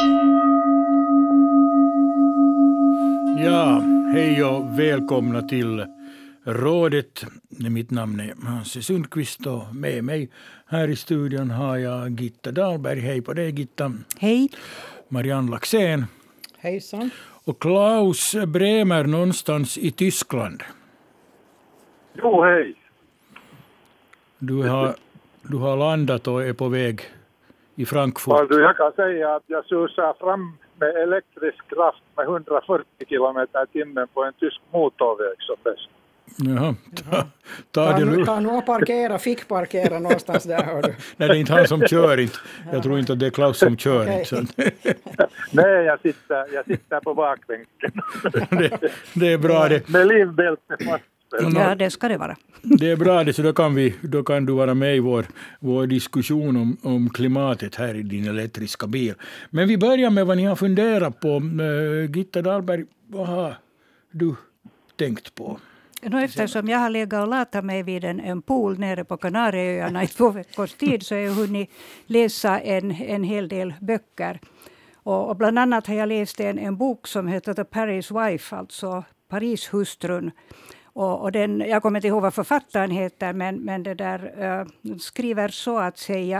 Ja, hej och välkomna till rådet. Mitt namn är Hans Sundqvist och med mig här i studion har jag Gitta Dahlberg. Hej på dig, Gitta. Hej. Marianne Laxén. Hejsan. Och Klaus Bremer någonstans i Tyskland. Jo, hej. Du har landat och är på väg i Frankfurt. Ja, jag kan säga att jag susar fram med elektrisk kraft med 140 kilometer i timmen på en tysk motorväg som bäst. Jaha. Ta det nu. Ta nu och parkera, fick parkera någonstans där, hör du. Nej, det är inte han som kör inte. Jag tror inte att det är Klaus som kör. Okay. Inte, så. Nej, jag sitter på bakbänken. det är bra det. Med livbälte fast. Ja, det ska det vara. Det är bra det, så då kan du vara med i vår diskussion om klimatet här i din elektriska bil. Men vi börjar med vad ni har funderat på. Gitta Dahlberg, vad har du tänkt på? Eftersom jag har legat och latat mig vid en pool nere på Kanarieöarna i 2 veckors tid, så har jag hunnit läsa en hel del böcker. Och bland annat har jag läst en bok som heter The Paris Wife, alltså Parishustrun. Och den, jag kommer inte ihåg vad författaren heter, men det där skriver så att säga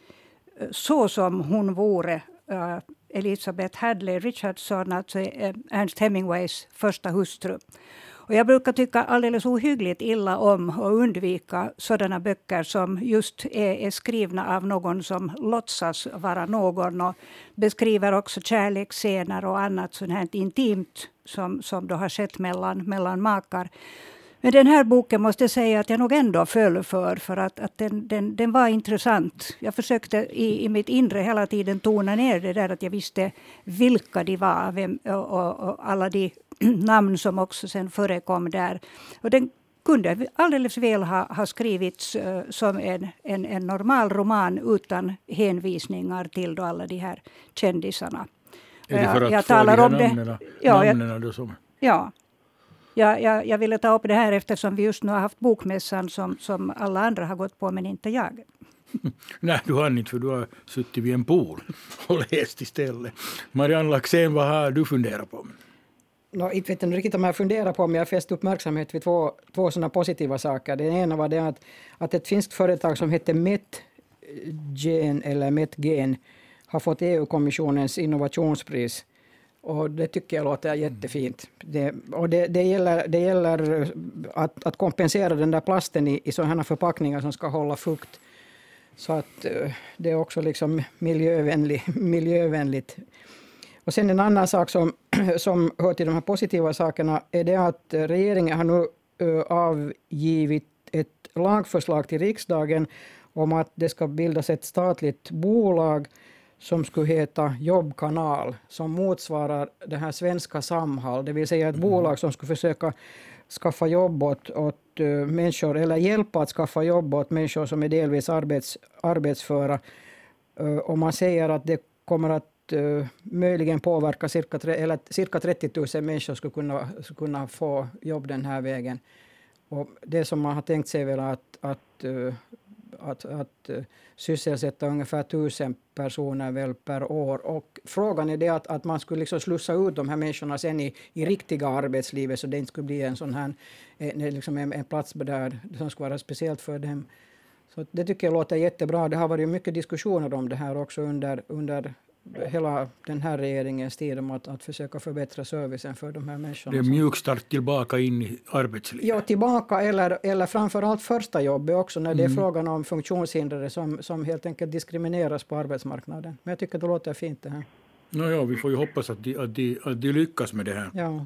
så som hon vore Elizabeth Hadley Richardson, alltså Ernest Hemingways första hustru. Och jag brukar tycka alldeles ohyggligt illa om att undvika sådana böcker som just är skrivna av någon som låtsas vara någon och beskriver också kärleksscener och annat sånt här intimt som då har skett mellan makar. Men den här boken måste jag säga att jag nog ändå föll för att den var intressant. Jag försökte i mitt inre hela tiden tona ner det där att jag visste vilka de var och alla de namn som också sen förekom där. Och den kunde alldeles väl ha skrivits som en normal roman utan hänvisningar till då alla de här kändisarna. Är det för att jag få talar de om namnen då som... Ja. Jag ville ta upp det här eftersom vi just nu har haft bokmässan som alla andra har gått på, men inte jag. Nej, du har inte, för du har suttit vid en pool och läst istället. Marianne Laxén, vad har du funderat på? Inte vet jag riktigt om jag funderar på, men jag har fäst uppmärksamhet vid två sådana positiva saker. Den ena var det att ett finskt företag som heter Metgen har fått EU-kommissionens innovationspris. Och det tycker jag låter jättefint. Det gäller att kompensera den där plasten i sådana förpackningar som ska hålla fukt. Så att det är också liksom miljövänligt. Och sen en annan sak som hör till de här positiva sakerna är det att regeringen har nu avgivit ett lagförslag till riksdagen om att det ska bildas ett statligt bolag som skulle heta Jobbkanal, som motsvarar det här svenska Samhall. Det vill säga ett bolag som skulle försöka skaffa jobb åt människor, eller hjälpa att skaffa jobb åt människor som är delvis arbetsföra. Och man säger att det kommer att möjligen påverka cirka 30 000 människor skulle kunna få jobb den här vägen. Och det som man har tänkt sig väl att sysselsätta ungefär 1000 personer väl per år. Och frågan är det att man skulle liksom slussa ut de här människorna sen i riktiga arbetslivet, så det inte skulle bli en sån här liksom en plats där som skulle vara speciellt för dem. Så det tycker jag låter jättebra. Det har varit mycket diskussioner om det här också under hela den här regeringens tid om att försöka förbättra servicen för de här människorna. Det är mjukstart tillbaka in i arbetslivet. Ja, tillbaka eller framförallt första jobbet också när det är frågan om funktionshindrade som helt enkelt diskrimineras på arbetsmarknaden. Men jag tycker det låter fint det här. Ja, vi får ju hoppas att de lyckas med det här. Ja.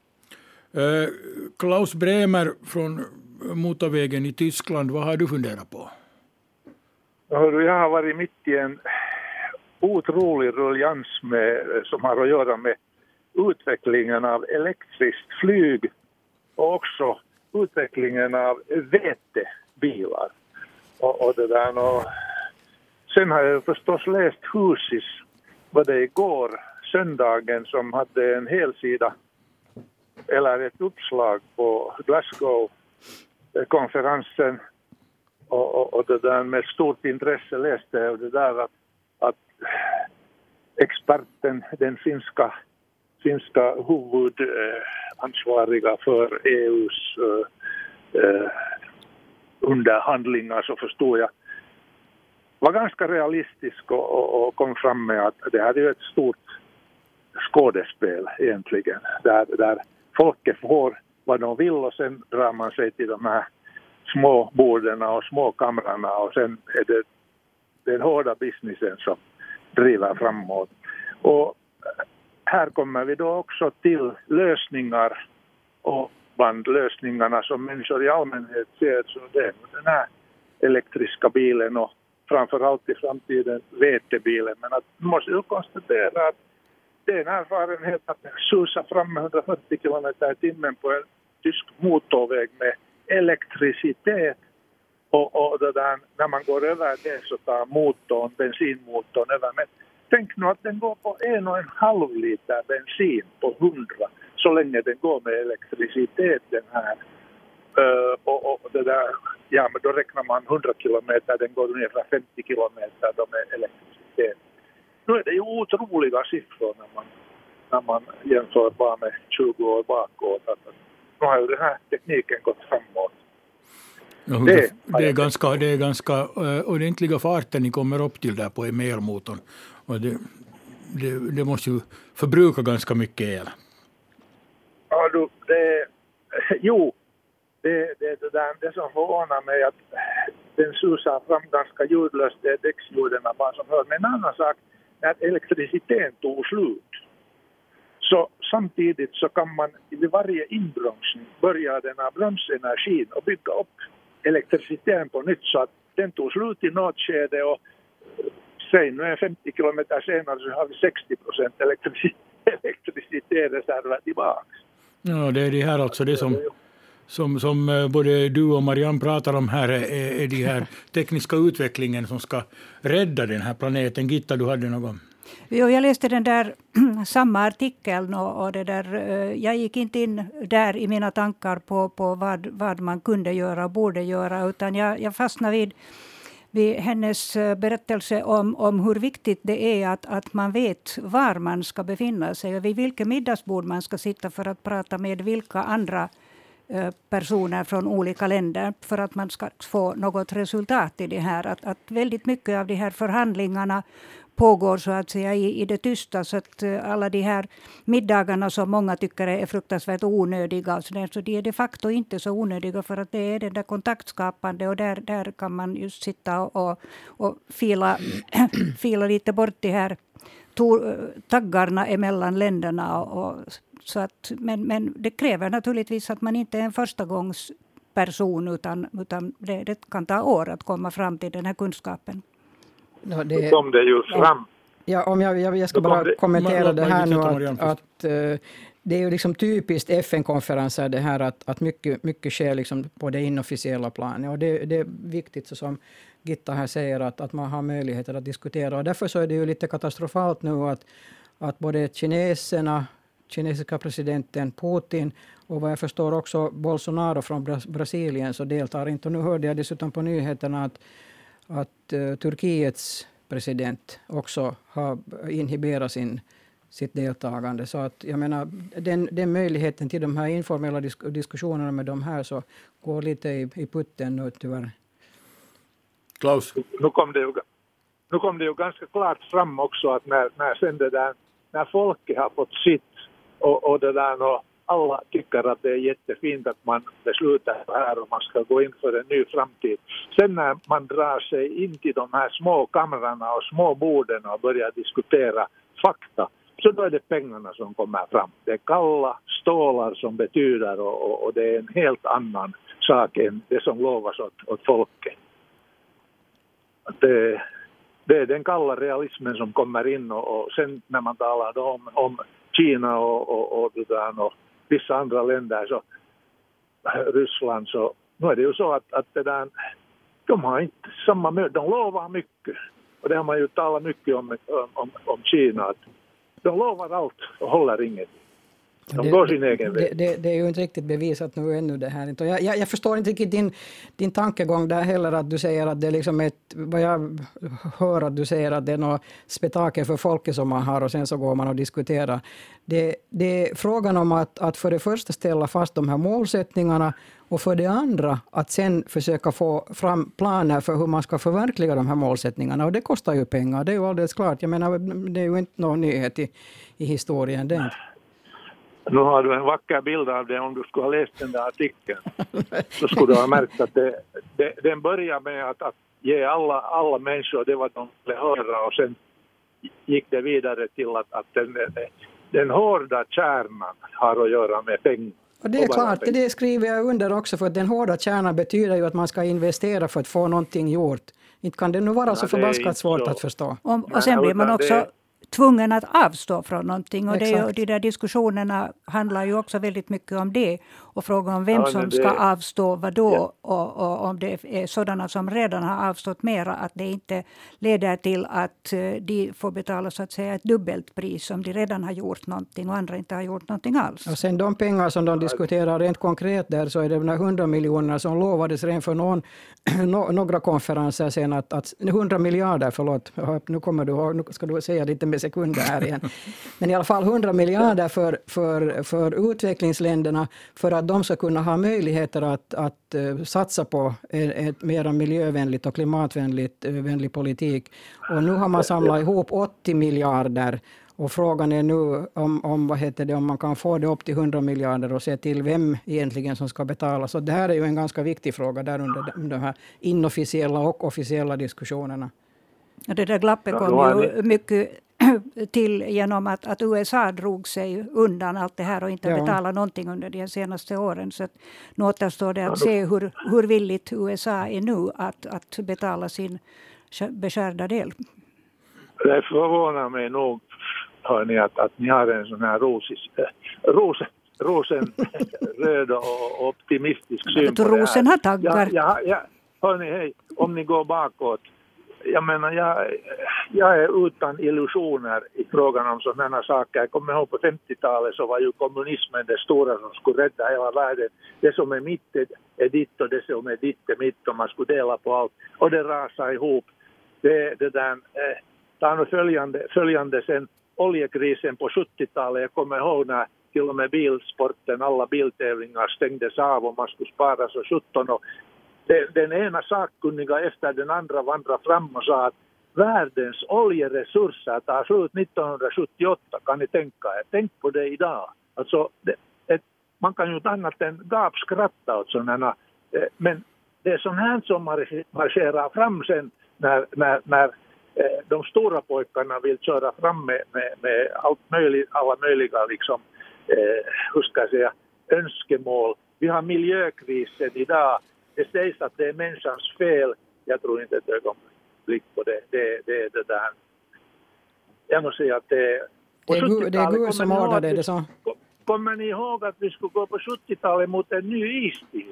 Klaus Bremer från motorvägen i Tyskland, vad har du funderat på? Jag har varit mitt i en otrolig ruljans som har att göra med utvecklingen av elektriskt flyg och också utvecklingen av vätebilar. Och det där. Och sen har jag förstås läst Husis, var det igår, söndagen, som hade en helsida eller ett uppslag på Glasgow-konferensen. Och det där med stort intresse läste jag det där att experten, den finska huvudansvariga för EUs underhandlingar, så förstod jag, var ganska realistisk och kom fram med att det här är ju ett stort skådespel egentligen, där folket får vad de vill och sen drar man sig till de här små borden och små kamrarna och sen är det den hårda businessen som driver framåt. Och här kommer vi då också till lösningar, och bland lösningarna som människor i allmänhet ser, så det är den här elektriska bilen och framförallt i framtiden vetebilen. Men att man måste ju konstatera att det är en erfarenhet att susa fram med 140 km i timmen på en tysk motorväg med elektricitet. Och det där, när man går över det så tar bensinmotorn över. Men tänk nu att den går på 1,5 liter bensin på 100 så länge den går med elektricitet den här. Och det där, ja men då räknar man 100 kilometer, den går ungefär 50 kilometer då med elektricitet. Nu är det ju otroliga siffror när man jämför bara med 20 år bakåt. Nu har ju den här tekniken gått framåt. Det är ganska ordentliga farten ni kommer upp till där på elmotorn. Och det måste ju förbruka ganska mycket el. Ja, det som förvånar mig att den susar fram ganska ljudlöst, det är däcksljuden bara som hör. Men en annan sak är att elektriciteten tog slut. Så samtidigt så kan man vid varje inbromsning börja den här bromsenergin och bygga upp elektriciteten på nytt, så att den tog slut i något skede och säg nu 50 kilometer senare så har vi 60% elektricitetsreserver tillbaka. Ja, det är det här alltså det som både du och Marianne pratar om här är de här tekniska utvecklingen som ska rädda den här planeten. Gitta, du hade någon? Jo, jag läste den där samma artikeln och det där, jag gick inte in där i mina tankar på vad man kunde göra och borde göra, utan jag fastnade vid hennes berättelse om hur viktigt det är att man vet var man ska befinna sig och vid vilket middagsbord man ska sitta för att prata med vilka andra personer från olika länder för att man ska få något resultat i det här. Att väldigt mycket av de här förhandlingarna pågår så att säga i det tysta, så att alla de här middagarna som många tycker är fruktansvärt onödiga så de är de facto inte så onödiga, för att det är den där kontaktskapande och där kan man just sitta och fila lite bort de här taggarna emellan länderna och så att, men det kräver naturligtvis att man inte är en förstagångsperson utan det kan ta år att komma fram till den här kunskapen. Ja, det kom det ju fram. Ja, om jag ska bara kommentera det här nu att det är ju liksom typiskt FN-konferenser det här att mycket sker liksom på det inofficiella planet, och det är viktigt så som Gitta här säger att man har möjligheter att diskutera, och därför så är det ju lite katastrofalt nu att både kinesiska presidenten Putin och vad jag förstår också Bolsonaro från Brasilien så deltar inte. Och nu hörde jag dessutom på nyheterna att Turkiets president också har inhiberat sitt deltagande. Så att jag menar, den möjligheten till de här informella diskussionerna med de här så går lite i putten nu tyvärr. Klaus? Nu kom det ju ganska klart fram också att när folket har fått sitt och det där och alla tycker att det är jättefint att man beslutar här och man ska gå in för en ny framtid. Sen när man drar sig in till de här små kamrarna och små borden och börjar diskutera fakta, så då är det pengarna som kommer fram. Det är kalla stålar som betyder och det är en helt annan sak än det som lovas åt folket. Det är den kalla realismen som kommer in och sen när man talar om Kina och vissa andra länder, så Ryssland, så nu är det ju så att det där, de har inte samma möjlighet, de lovar mycket, och det har man ju talat mycket om Kina, att de lovar allt och håller inget. De går sin egen väg. Det är ju inte riktigt bevisat nu ännu det här. Och jag förstår inte riktigt din tankegång där heller, att du säger att det är liksom vad jag hör att du säger att det är något spektakel för folket som man har och sen så går man och diskuterar. Det är frågan om att för det första ställa fast de här målsättningarna och för det andra att sen försöka få fram planer för hur man ska förverkliga de här målsättningarna. Och det kostar ju pengar, det är ju alldeles klart. Jag menar, det är ju inte någon nyhet i historien. Det är inte. Nu har du en vacker bild av det. Om du skulle ha läst den där artikeln så skulle du ha märkt att den börjar med att ge alla människor det vad de ville höra, och sen gick det vidare till att den hårda kärnan har att göra med pengar. Och det är klart, det skriver jag under också, för att den hårda kärnan betyder ju att man ska investera för att få någonting gjort. Inte kan det nu vara så förbaskat svårt att förstå. Och sen blir man också tvungen att avstå från någonting. Och de där diskussionerna handlar ju också väldigt mycket om det. Och frågan om vem som ska avstå vad då. Och om det är sådana som redan har avstått mera, att det inte leder till att de får betala så att säga ett dubbelt pris om de redan har gjort någonting och andra inte har gjort någonting alls. Och sen de pengar som de diskuterar rent konkret där, så är det de 100 miljonerna som lovades redan för några konferenser sen att 100 miljarder, förlåt, nu kommer nu ska du säga lite med sekunder här igen. Men i alla fall 100 miljarder för utvecklingsländerna, för att de ska kunna ha möjligheter att satsa på ett mer miljövänligt och klimatvänlig politik. Och nu har man samlat ihop 80 miljarder. Och frågan är nu om man kan få det upp till 100 miljarder och se till vem egentligen som ska betala. Så det här är ju en ganska viktig fråga där under de här inofficiella och officiella diskussionerna. Och det där glappet kom ju mycket till genom att USA drog sig undan allt det här och inte betala någonting under de senaste åren. Så nu återstår det att se hur villigt USA är nu att betala sin beskärda del. Det förvånar mig nog, hörni, att ni har en sån här rosenröd och optimistisk syn på det här. Rosen har taggar. Hörni, hej, om ni går bakåt. Jag menar, jag är utan illusioner i frågan om sådana saker. Jag kommer ihåg på 50-talet så var ju kommunismen det stora som skulle rädda hela världen. Det som är mitt är ditt och det som är ditt är mitt, och man skulle dela på allt. Och det rasar ihop. Följande sen oljekrisen på 70-talet. Jag kommer ihåg när till och med bilsporten, alla biltävlingar stängdes av och man skulle spara så 17. Och den ena sakkunniga efter den andra vandrade fram och sa att världens oljeresurser tar slut 1978. Kan ni tänka er? Tänk på det idag. Alltså, man kan ju inte annat än gapskratta åt sådana. Men det är sånt här som marscherar fram sen när de stora pojkarna vill köra fram med alla möjliga liksom, hur ska jag säga, önskemål. Vi har miljökrisen idag. Det sägs att det är människans fel. Jag tror inte ett ögonblick på det. Det är det där. Jag måste säga att det är Gud som ordnar det så. Kommer ni ihåg att vi skulle gå på 70-talet mot en ny istid?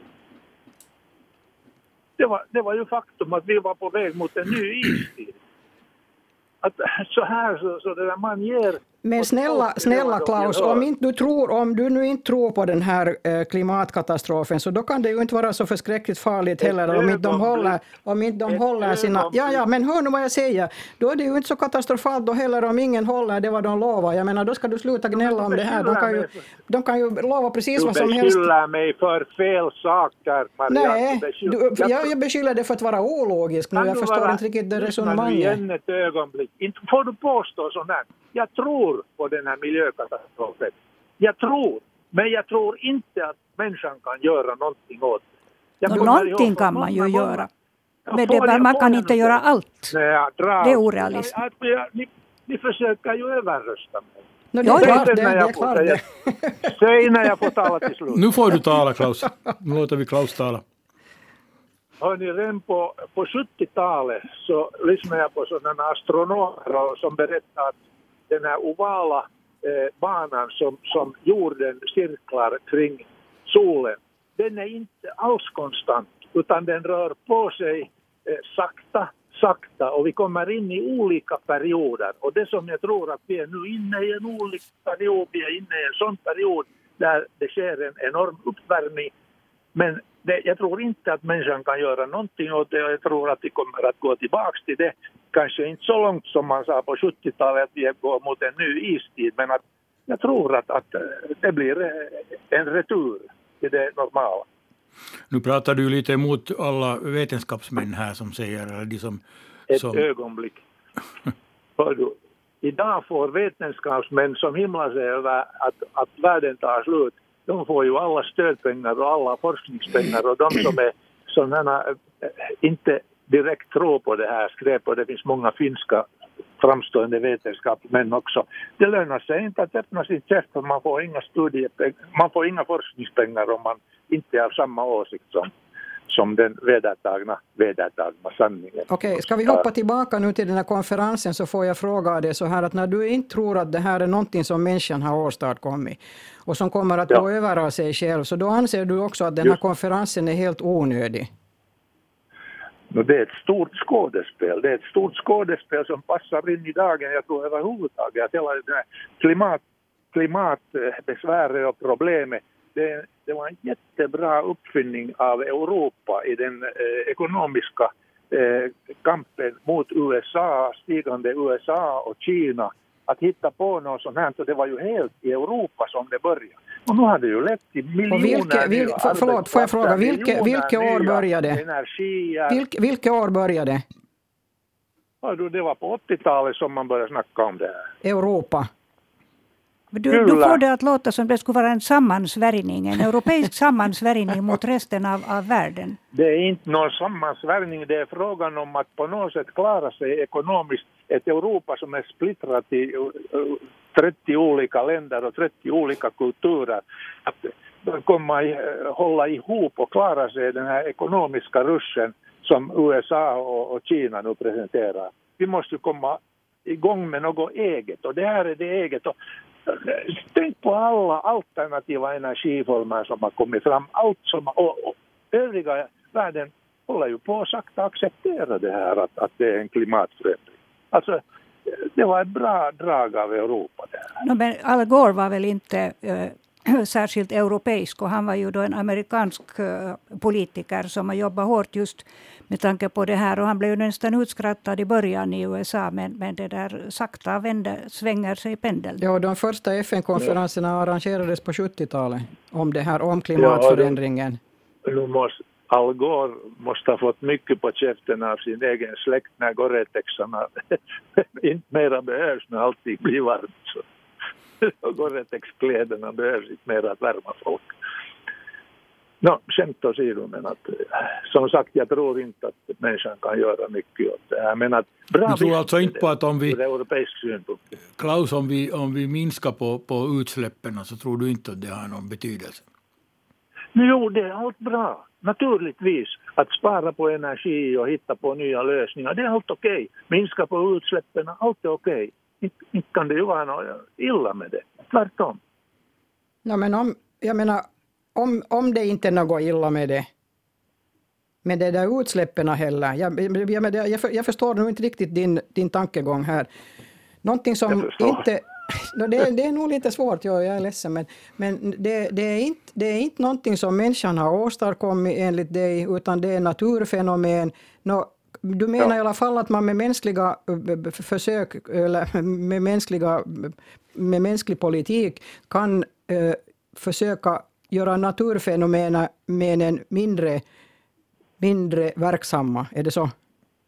Det var ju faktum att vi var på väg mot en ny istid. Att så här så det där man ger. Men snälla Klaus, om du nu inte tror på den här klimatkatastrofen, så då kan det ju inte vara så förskräckligt farligt heller om inte de håller sina... Ja, men hör nu vad jag säger. Då är det ju inte så katastrofalt då heller om ingen håller det vad de lovar. Jag menar, då ska du sluta gnälla om det här. De kan ju lova precis vad som helst. Du beskyller mig för fel saker, Maria. Nej, jag beskyller dig för att vara ologisk nu. Jag förstår inte riktigt det resonemanget. Men ett ögonblick. Inte får du påstå sånt här. Jag tror på den här miljökatastrofen. Men jag tror inte att människan kan göra någonting åt det. Någonting kan man ju göra. Men man kan inte göra allt. Det är orealistiskt. Ni försöker ju överrösta mig. Det är klart. Säg när jag får tala till slut. Nu får du tala, Klaus. Nu låter vi Klaus tala. Hörni, redan på 70-talet så lyssnade jag på sådana astronomer som berättade att den här ovala banan som jorden cirklar kring solen, den är inte alls konstant, utan den rör på sig sakta och vi kommer in i olika perioder. Och det som jag tror att vi är nu inne i en olika period, vi är inne i en sån period där det sker en enorm uppvärmning. Men jag tror inte att människan kan göra någonting åt det och jag tror att vi kommer att gå tillbaka till det. Kanske inte så långt som man sa på 70-talet att vi går mot en ny istid, men att jag tror att det blir en retur till det normala. Nu pratar du lite emot alla vetenskapsmän här som säger, eller de som... Ett ögonblick. Idag får vetenskapsmän som himlar sig över att världen tar slut, de får ju alla stödpengar och alla forskningspengar och de som är sådana inte direkt tror på det här skräp och det finns många finska framstående vetenskapsmän också. Det lönar sig inte att öppna sin käft för man får inga man får inga forskningspengar om man inte har samma åsikt som den vedertagna sanningen. Okej, ska vi hoppa tillbaka nu till den här konferensen så får jag fråga dig så här att när du inte tror att det här är någonting som människan har åstadkommit och som kommer att gå över av sig själv, så då anser du också att den här konferensen är helt onödig? Det är ett stort skådespel. Det är ett stort skådespel som passar in i dagen. Jag tror överhuvudtaget att hela det här klimatbesväret och problemet, det var en jättebra uppfinning av Europa i den ekonomiska kampen mot USA, stigande USA och Kina. Att hitta på något sånt här, så det var ju helt i Europa som det började. Och nu har det ju lett till miljoner förlåt, får jag fråga, vilka år började? Vilka år började? Ja, det var på 80-talet som man började snacka om det här. Europa. Du får det att låta som det skulle vara en sammansvärjning, en europeisk sammansvärjning mot resten av världen. Det är inte någon sammansvärjning, det är frågan om att på något sätt klara sig ekonomiskt. Ett Europa som är splittrat i 30 olika länder och 30 olika kulturer. Att hålla ihop och klara sig den här ekonomiska ruschen som USA och Kina nu presenterar. Vi måste komma igång med något eget och det här är det eget. Och tänk på alla alternativa energiformer som har kommit fram. Allt som, och övriga världen håller ju på att sakta acceptera det här att det är en klimatförändring. Alltså, det var ett bra drag av Europa där. Men Al Gore var väl inte särskilt europeisk och han var ju då en amerikansk politiker som har jobbat hårt just med tanke på det här och han blev nästan utskrattad i början i USA men det där sakta svänger sig pendeln. Ja, de första FN-konferenserna arrangerades på 70-talet om klimatförändringen. Al Gore måste ha fått mycket på käften av sin egen släkt när Gore-Texarna inte mera behövs när allting blir varmt. Så. Gore-Tex-kläderna behövs inte mer att värma folk. Skämt åsido, men att som sagt, jag tror inte att människan kan göra mycket åt det här. Men att bra, du tror alltså inte på att om vi, Klaus, om vi minskar på utsläppen så tror du inte att det har någon betydelse? Jo, det är allt bra. Naturligtvis att spara på energi och hitta på nya lösningar, det är allt okej. Minska på utsläppen, allt är okej. Inte kan det ju vara något illa med det. Tvärtom. Ja, men om det inte är något illa med det där utsläppen heller. Jag förstår nog inte riktigt din tankegång här. Någonting som inte... Det är nog lite svårt, jag är ledsen, men det är inte någonting som människan har åstadkommit enligt dig, utan det är naturfenomen. Du menar i alla fall att man med mänskliga försök eller med mänsklig politik kan försöka göra naturfenomenen mindre verksamma, är det så?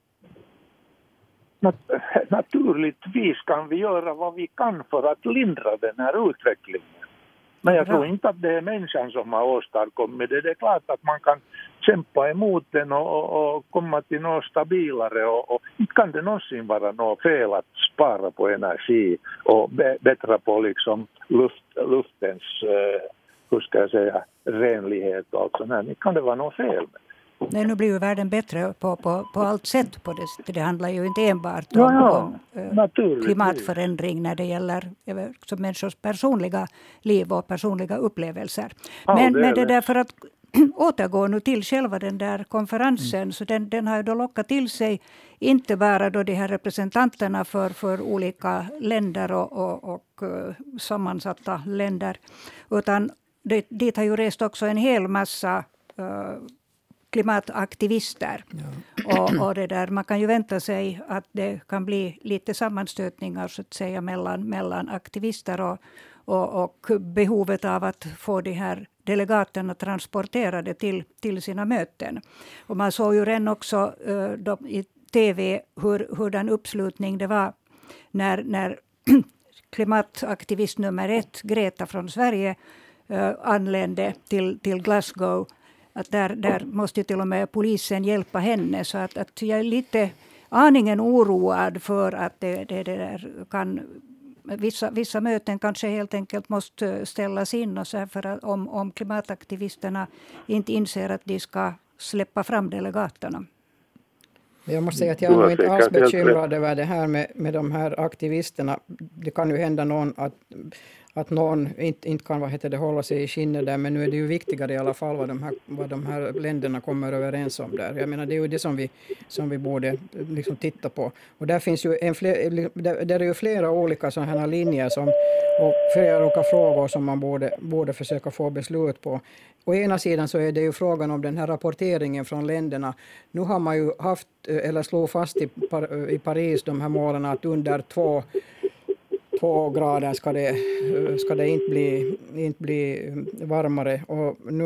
Naturligtvis kan vi göra vad vi kan för att lindra den här utvecklingen. Men jag tror inte att det är människan som har åstadkommit det. Det är klart att man kan kämpa emot den och komma till något stabilare. Och inte kan det någonsin vara något fel att spara på energi och bättra på liksom luftens renlighet och allt sånt här. Inte kan det vara något fel med det. Nej, nu blir ju världen bättre på allt sätt. Det handlar ju inte enbart om klimatförändring när det gäller människors personliga liv och personliga upplevelser. Men det där för att återgår nu till själva den där konferensen. Så den har ju då lockat till sig inte bara då de här representanterna för olika länder och sammansatta länder, utan dit har ju rest också en hel massa klimataktivister. Ja. Och det där, man kan ju vänta sig att det kan bli lite sammanstötningar så att säga mellan aktivister och behovet av att få de här delegaterna transporterade till sina möten. Och man såg ju redan också i tv hur den uppslutning det var när klimataktivist nummer 1, Greta från Sverige, anlände till Glasgow. Att där måste till och med polisen hjälpa henne. Så att jag är lite aningen oroad för att det där kan... Vissa möten kanske helt enkelt måste ställas in. Och så här för att om klimataktivisterna inte inser att de ska släppa fram delegaterna. Jag måste säga att jag är nog inte alls bekymrad över det här med de här aktivisterna. Det kan ju hända någon att någon inte kan hålla sig i skinnet där, men nu är det ju viktigare i alla fall vad de här länderna kommer överens om där. Jag menar, det är ju det som vi borde liksom titta på. Och där finns ju där är ju flera olika sådana här linjer och flera olika frågor som man borde försöka få beslut på. Å ena sidan så är det ju frågan om den här rapporteringen från länderna. Nu har man ju slog fast i Paris de här målen att under 2 grader ska det inte bli varmare. Och nu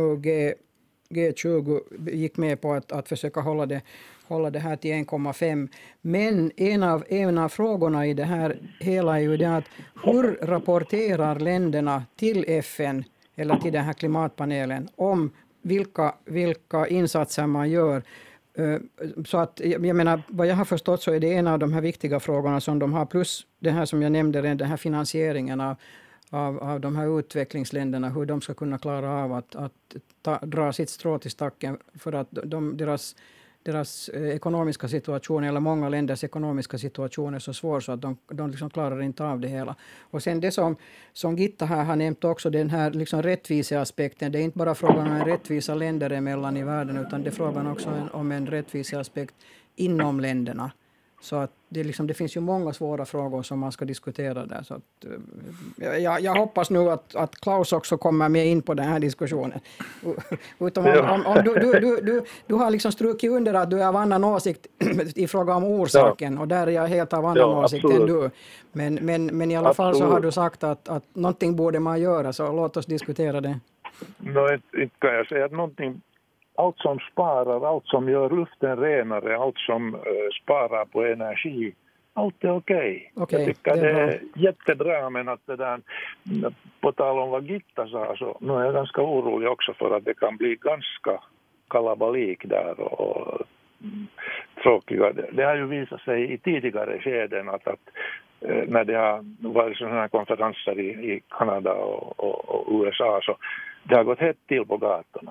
G20 gick med på att försöka hålla det här till 1,5. Men en av frågorna i det här hela är ju det att hur rapporterar länderna till FN eller till den här klimatpanelen om vilka insatser man gör. Så att, jag menar, vad jag har förstått så är det en av de här viktiga frågorna som de har, plus det här som jag nämnde, den här finansieringen av de här utvecklingsländerna, hur de ska kunna klara av att dra sitt strå till stacken för att deras ekonomiska situation, eller många länders ekonomiska situation är så svår så att de liksom klarar inte av det hela. Och sen det som Gitta här har nämnt också, den här liksom rättviseaspekten. Det är inte bara frågan om en rättvisa länder emellan i världen, utan det är frågan också om en rättviseaspekt inom länderna. Så att det finns ju många svåra frågor som man ska diskutera där. Så att, jag hoppas nu att Klaus också kommer med in på den här diskussionen. Utom om du har liksom strukit under att du är av annan åsikt i fråga om orsaken. Ja. Och där är jag helt av annan åsikt än du. Men i alla fall så har du sagt att någonting borde man göra, så låt oss diskutera det. Inte kan jag säga att någonting... Allt som sparar, allt som gör luften renare, allt som sparar på energi, allt är okej. Jag tycker det är jättebra, men att det där, på tal om vad Gitta sa, så nu är jag ganska orolig också för att det kan bli ganska kalabalik där och tråkiga. Det har ju visat sig i tidigare skeden att när det har varit sådana här konferenser i Kanada och USA, så det har gått hett till på gatorna.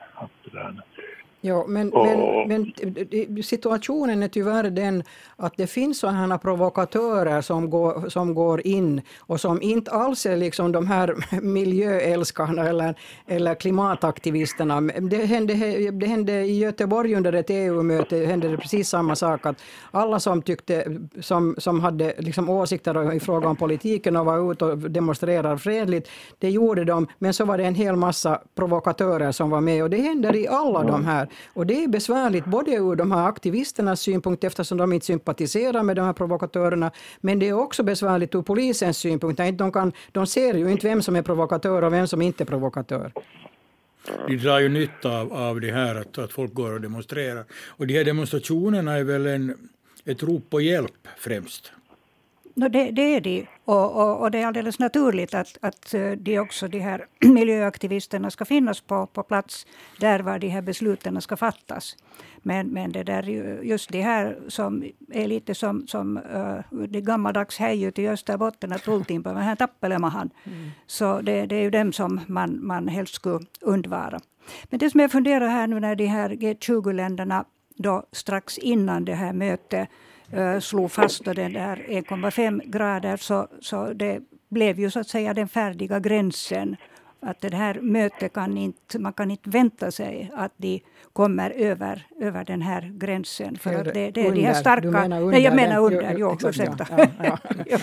Ja, men situationen är tyvärr den att det finns sådana provokatörer som går in och som inte alls är liksom de här miljöälskarna eller klimataktivisterna. Det hände i Göteborg under ett EU-möte, hände precis samma sak, att alla som hade liksom åsikter i fråga om politiken och var ute och demonstrerade fredligt, det gjorde de, men så var det en hel massa provokatörer som var med, och det händer i alla de här. Och det är besvärligt både ur de här aktivisternas synpunkt, eftersom de inte sympatiserar med de här provokatörerna, men det är också besvärligt ur polisens synpunkt. De ser ju inte vem som är provokatör och vem som inte är provokatör. De drar ju nytta av det här att folk går och demonstrerar. Och de här demonstrationerna är väl ett rop på hjälp främst? Det är det. Och det är alldeles naturligt att de här miljöaktivisterna ska finnas på plats där var de här besluten ska fattas. Men det där, just det här som är lite som det gammaldags hejut i Österbotten, att tulltimpa med här tappelemahan. Så det är ju dem som man helst skulle undvara. Men det som jag funderar här nu när de här G20-länderna då strax innan det här mötet slog fast och den där 1,5 grader, så det blev ju så att säga den färdiga gränsen att det här mötet man kan inte vänta sig att de kommer över den här gränsen. För att det är de här starka... Jag menar under. Ursäkta. Ja.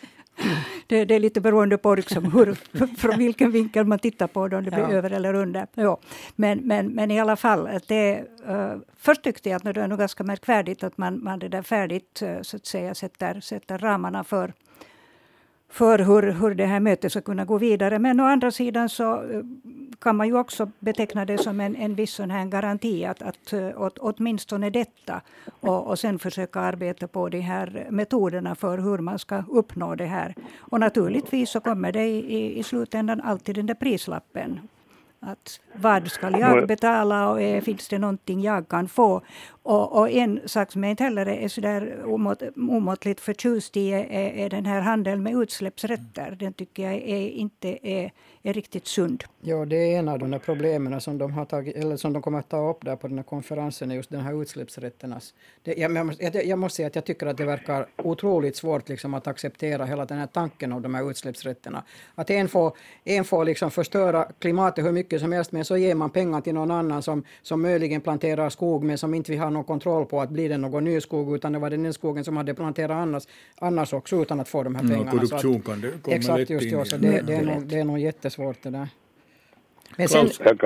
Det är lite beroende på liksom från vilken vinkel man tittar på om det blir över eller under. Ja. Men i alla fall, först tyckte jag att det är nog ganska märkvärdigt att man det där färdigt så att säga sätter ramarna för hur det här mötet ska kunna gå vidare. Men å andra sidan så kan man ju också beteckna det som en viss sån här garanti att åtminstone detta och sen försöka arbeta på de här metoderna för hur man ska uppnå det här. Och naturligtvis så kommer det i slutändan alltid den där prislappen. Att vad ska jag betala och finns det någonting jag kan få? Och en sak som jag inte heller är så där omåttligt förtjust i är den här handeln med utsläppsrätter. Den tycker jag inte är riktigt sund. Ja, det är en av de där problemen som de har tagit, eller som de kommer att ta upp där på den här konferensen, just den här utsläppsrätternas. Jag måste säga att jag tycker att det verkar otroligt svårt liksom att acceptera hela den här tanken om de här utsläppsrätterna. Att en får liksom förstöra klimatet hur mycket som helst, men så ger man pengar till någon annan som möjligen planterar skog, men som inte vi har någon kontroll på att blir det någon ny skog, utan det var den skogen som hade planterat annars också utan att få de här pengarna. Korruption kan det komma exakt, lätt just in. Så det är nog jättesvårt det där. Men sen, jag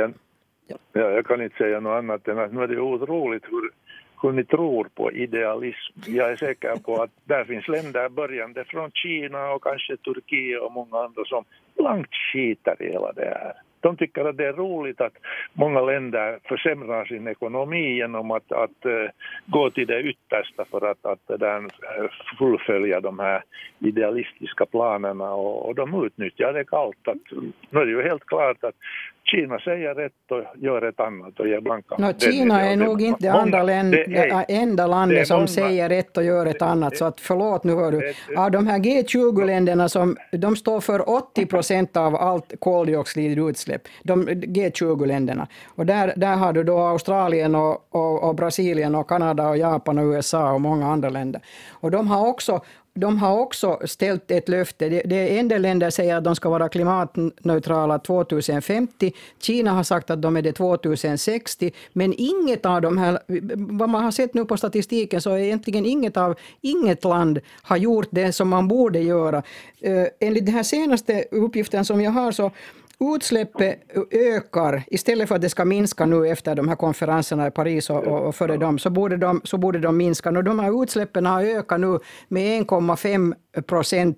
kan inte säga något annat än att nu är det otroligt hur ni tror på idealism. Jag är säker på att där finns länder börjande från Kina och kanske Turkiet och många andra som blankt skiter i hela det här. De tycker att det är roligt att många länder försämrar sin ekonomi genom att gå till det yttersta för att fullfölja de här idealistiska planerna och de utnyttjar det kallt. Nu är det ju helt klart att Kina säger rätt och gör ett annat och ger blanka. Kina är nog inte det enda landet som säger rätt och gör ett annat. Så att förlåt, nu hör du. Av de här G20-länderna de står för 80% av allt koldioxidutsläpp. De G20-länderna. Och där har du då Australien och Brasilien och Kanada och Japan och USA och många andra länder. Och de har också ställt ett löfte. En del länder säger att de ska vara klimatneutrala 2050. Kina har sagt att de är det 2060. Men inget av de här, vad man har sett nu på statistiken, så är egentligen inget land har gjort det som man borde göra. Enligt den här senaste uppgiften som jag har så utsläppet ökar istället för att det ska minska nu efter de här konferenserna i Paris och före dem, så borde de minska. Och de här utsläppen har ökat nu med 1,5%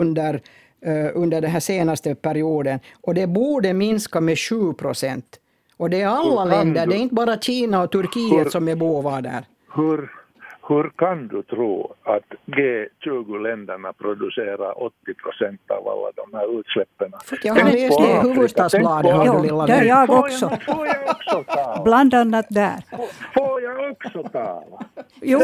under den här senaste perioden. Och det borde minska med 7%. Och det är alla länder, det är inte bara Kina och Turkiet som är bovar där. Hur kan du tro att G20-länderna producerar 80% av alla de här utsläppen? Jag har läst det i huvudstadsbladet. Det är jag också. Får jag också tala? Bland annat där. Får jag också tala? Jo.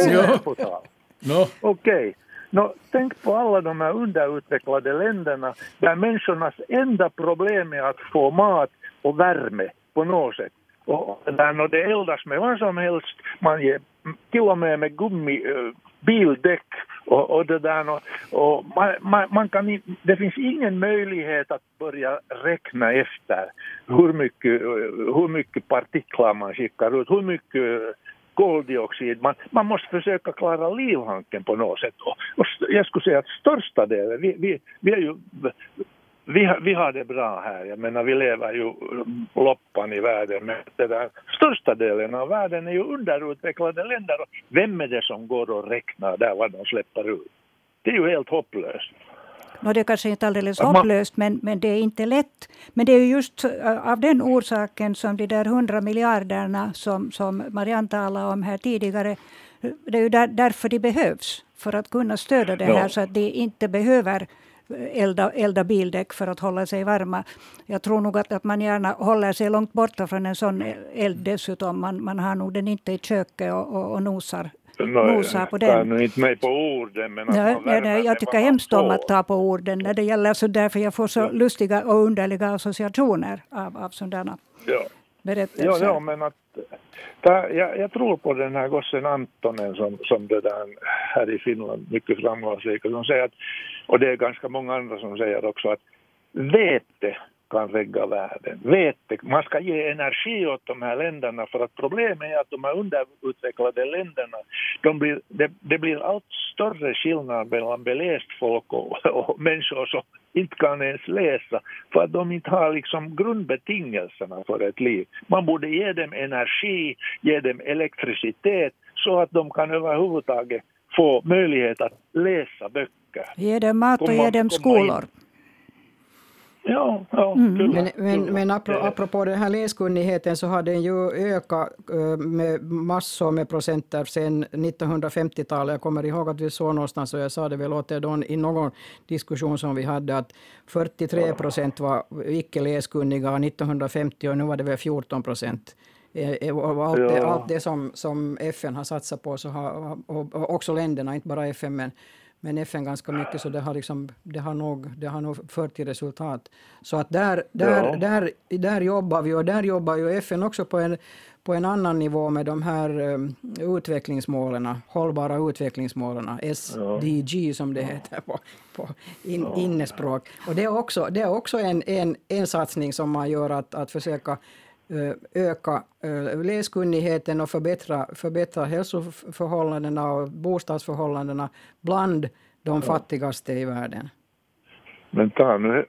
Okej. Tänk på alla de här underutvecklade länderna där människornas enda problem är att få mat och värme på något sätt. Och när det eldas med vad som helst, man ger till och med bildäck och det där. Och man kan, det finns ingen möjlighet att börja räkna efter hur mycket partiklar man skickar ut, hur mycket koldioxid. Man måste försöka klara livhanken på något sätt. Och jag skulle säga att största delen, vi är ju... Vi har det bra här. Jag menar, vi lever ju loppan i världen. Men största delen av världen är ju underutvecklade länder. Vem är det som går och räknar där vad de släpper ut? Det är ju helt hopplöst. Det är kanske inte alldeles hopplöst, men det är inte lätt. Men det är ju just av den orsaken som de där 100 miljarderna som Marianne talade om här tidigare, det är ju därför de behövs. För att kunna stödja det här så att de inte behöver elda bildäck för att hålla sig varma. Jag tror nog att man gärna håller sig långt borta från en sån eld dessutom. Man har nog den inte i köket och nosar på den. Jag inte med på orden. Men jag tycker hemskt om att ta på orden när det gäller så därför jag får så lustiga och underliga associationer av sådana berättelser. Ja, men att jag tror på den här gossen Antonen som det där här i Finland mycket framgångsrik. Som säger att, och det är ganska många andra som säger också att vete kan rädda världen. Vete, man ska ge energi åt de här länderna, för att problemet är att de här underutvecklade länderna, det blir allt större skillnad mellan beläst folk och människor som inte kan ens läsa, för att de inte har liksom grundbetingelserna för ett liv. Man borde ge dem energi, ge dem elektricitet, så att de kan överhuvudtaget få möjlighet att läsa böcker. Ge dem mat och ge dem skolor. Ja, men apropå den här läskunnigheten, så har den ju ökat med massor med procenter sedan 1950-talet. Jag kommer ihåg att vi såg någonstans, och jag sa det väl åt er då i någon diskussion som vi hade, att 43% var icke läskunniga 1950, och nu var det väl 14%. Allt det som FN har satsat på, så har, och också länderna, inte bara FN, men FN ganska mycket, så det har nog fört till resultat. Så att där jobbar vi, och där jobbar ju FN också på en annan nivå med de här utvecklingsmålen, hållbara utvecklingsmålen, SDG som det heter på innespråk. Och det är också en satsning som man gör, att försöka öka läskunnigheten och förbättra hälsoförhållandena och bostadsförhållandena bland de fattigaste i världen. Men ta nu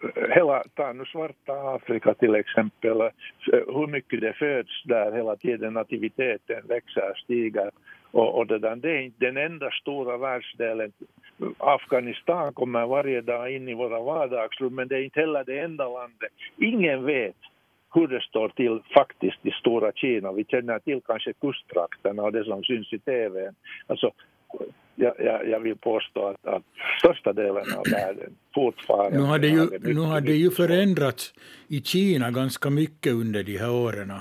svarta Afrika till exempel, hur mycket det föds där hela tiden, nativiteten växer, stiger, och det är inte den enda stora världsdelen. Afghanistan kommer varje dag in i våra vardagsrum, men det är inte heller det enda landet. Ingen vet hur det står till faktiskt i stora Kina. Vi känner till kanske kusttrakterna och det som syns i tv. Alltså, jag vill påstå att största delen av världen fortfarande... Nu har det ju förändrats i Kina ganska mycket under de här åren.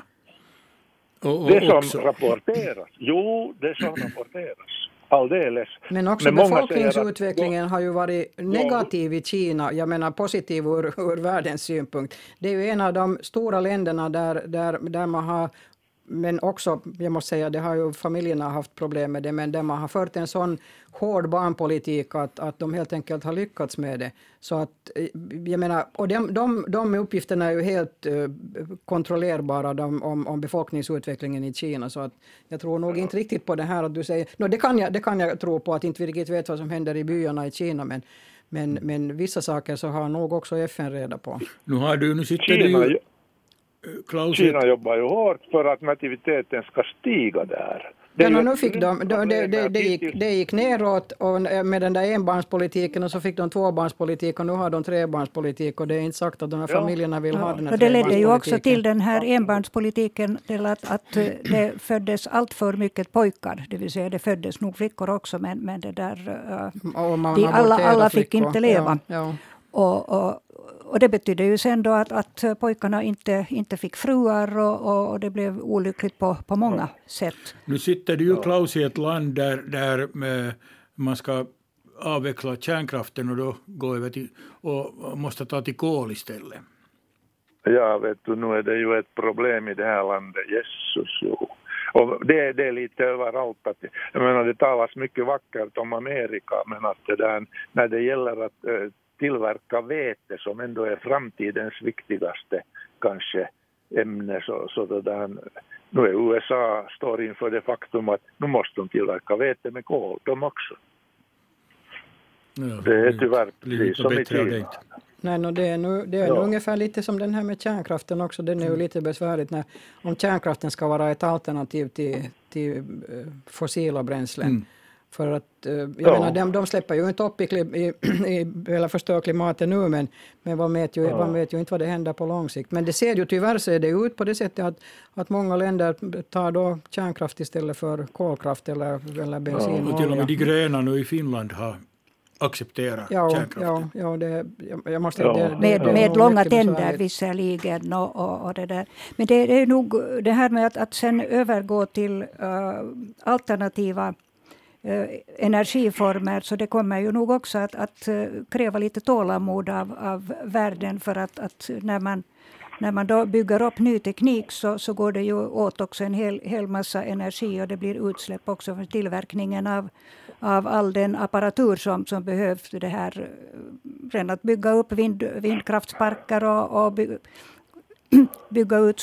Det som rapporteras. Jo, det som rapporteras. Alldeles. Men också befolkningsutvecklingen har ju varit negativ i Kina, jag menar positiv ur världens synpunkt. Det är ju en av de stora länderna där man har, men också, jag måste säga, det har ju familjerna haft problem med det, men där man har fört en sån hård barnpolitik att de helt enkelt har lyckats med det. Så att, jag menar, och de uppgifterna är ju helt kontrollerbara om befolkningsutvecklingen i Kina, så att jag tror nog inte riktigt på det här att du säger, det kan jag tro på, att inte vi riktigt vet vad som händer i byarna i Kina, men vissa saker så har nog också FN reda på. Nu sitter det ju... Kina jobbar ju hårt för att nativiteten ska stiga där. Nu fick det gick neråt och med den där enbarnspolitiken, och så fick de tvåbarnspolitik, och nu har de trebarnspolitik, och det är inte sagt att de här familjerna vill ha den här. Och det ledde ju också till den här enbarnspolitiken till att det föddes allt för mycket pojkar, det vill säga det föddes nog flickor också, men det där alla fick inte leva. Ja. Och det betyder ju sen då att pojkarna inte fick fruar, och det blev olyckligt på många sätt. Nu sitter du ju, Klaus, i ett land där man ska avveckla kärnkraften och då gå över till och måste ta till kol istället. Ja, vet du, nu är det ju ett problem i det här landet. Jesus, jo. Och det är lite överallt. Jag menar, det talas mycket vackert om Amerika, men att det där, när det gäller att tillverka vete, som ändå är framtidens viktigaste kanske ämne, så det där, nu är USA står inför det faktum att nu måste de tillverka vete med kol, de också. Ja, det är tyvärr precis som i Kina. Nej, det är ungefär lite som den här med kärnkraften också. Den är ju lite besvärligt om kärnkraften ska vara ett alternativ till fossila bränslen. För att jag menar, de släpper ju inte upp eller förstör klimatet nu, men man vet ju inte vad det händer på lång sikt. Men det ser ju tyvärr ser det ut på det sättet att många länder tar då kärnkraft istället för kolkraft eller bensin. Och till och med de gröna nu i Finland har accepterat kärnkraften. Jag måste med långa tänder visserligen och det där. Men det är nog det här med att sen övergå till alternativa energiformer, så det kommer ju nog också att kräva lite tålamod av världen, för att när man när man då bygger upp ny teknik så går det ju åt också en hel massa energi och det blir utsläpp också för tillverkningen av all den apparatur som behövs. Det här, redan att bygga upp vindkraftsparker och bygga ut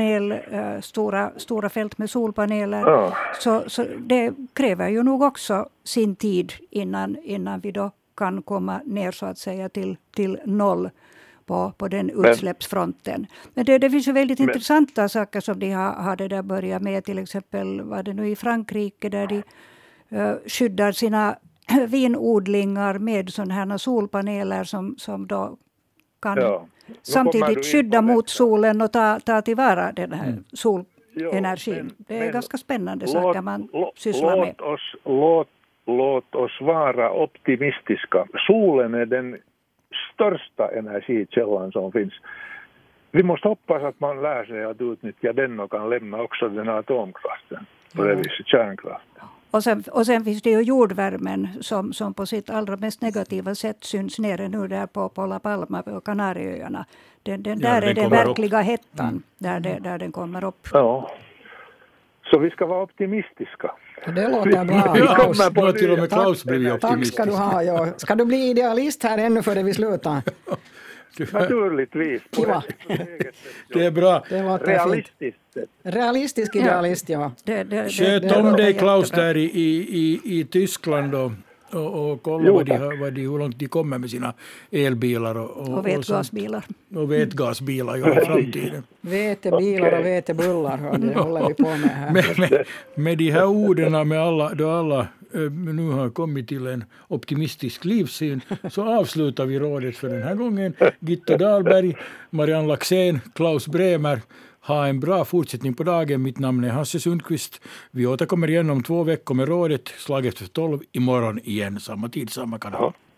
stora fält med solpaneler. Ja. Så det kräver ju nog också sin tid innan vi då kan komma ner så att säga till noll på den utsläppsfronten. Men det finns ju väldigt intressanta saker som de har det där börjat med. Till exempel var det nu i Frankrike där de skyddar sina vinodlingar med sådana här solpaneler som då kan samtidigt skydda mot solen och ta tillvara den här solenergin. Det är ganska spännande saker man sysslar med. Låt oss vara optimistiska. Solen är den största energikällan som finns. Vi måste hoppas att man lär sig att utnyttja den och kan lämna också den atomkraften. På det viset kärnkraft. Och sen finns det ju jordvärmen som på sitt allra mest negativa sätt syns nere nu där på La Palma och Kanarieöarna. Den där är den verkliga hettan där den kommer upp. Ja. Så vi ska vara optimistiska. Det låter bra. Nu har till och med Klaus blivit optimistisk. Tack ska du ha. Ja. Ska du bli idealist här ännu före vi slutar? Naturligtvis. Det är bra. Realistisk idealist, ja. Sköt om dig, Klaus, där i Tyskland och kolla hur långt de kommer med sina elbilar och vätgasbilar. Och vätgasbilar i framtiden. Vetebilar och vetebullar, det håller vi på med här. Med de här orden, då alla nu har kommit till en optimistisk livssyn, så avslutar vi rådet för den här gången. Gitta Dahlberg, Marianne Laxén, Klaus Bremer. Ha en bra fortsättning på dagen. Mitt namn är Hasse Sundqvist. Vi återkommer igen om 2 veckor med rådet slaget för 12 imorgon igen. Samma tid, samma kanal.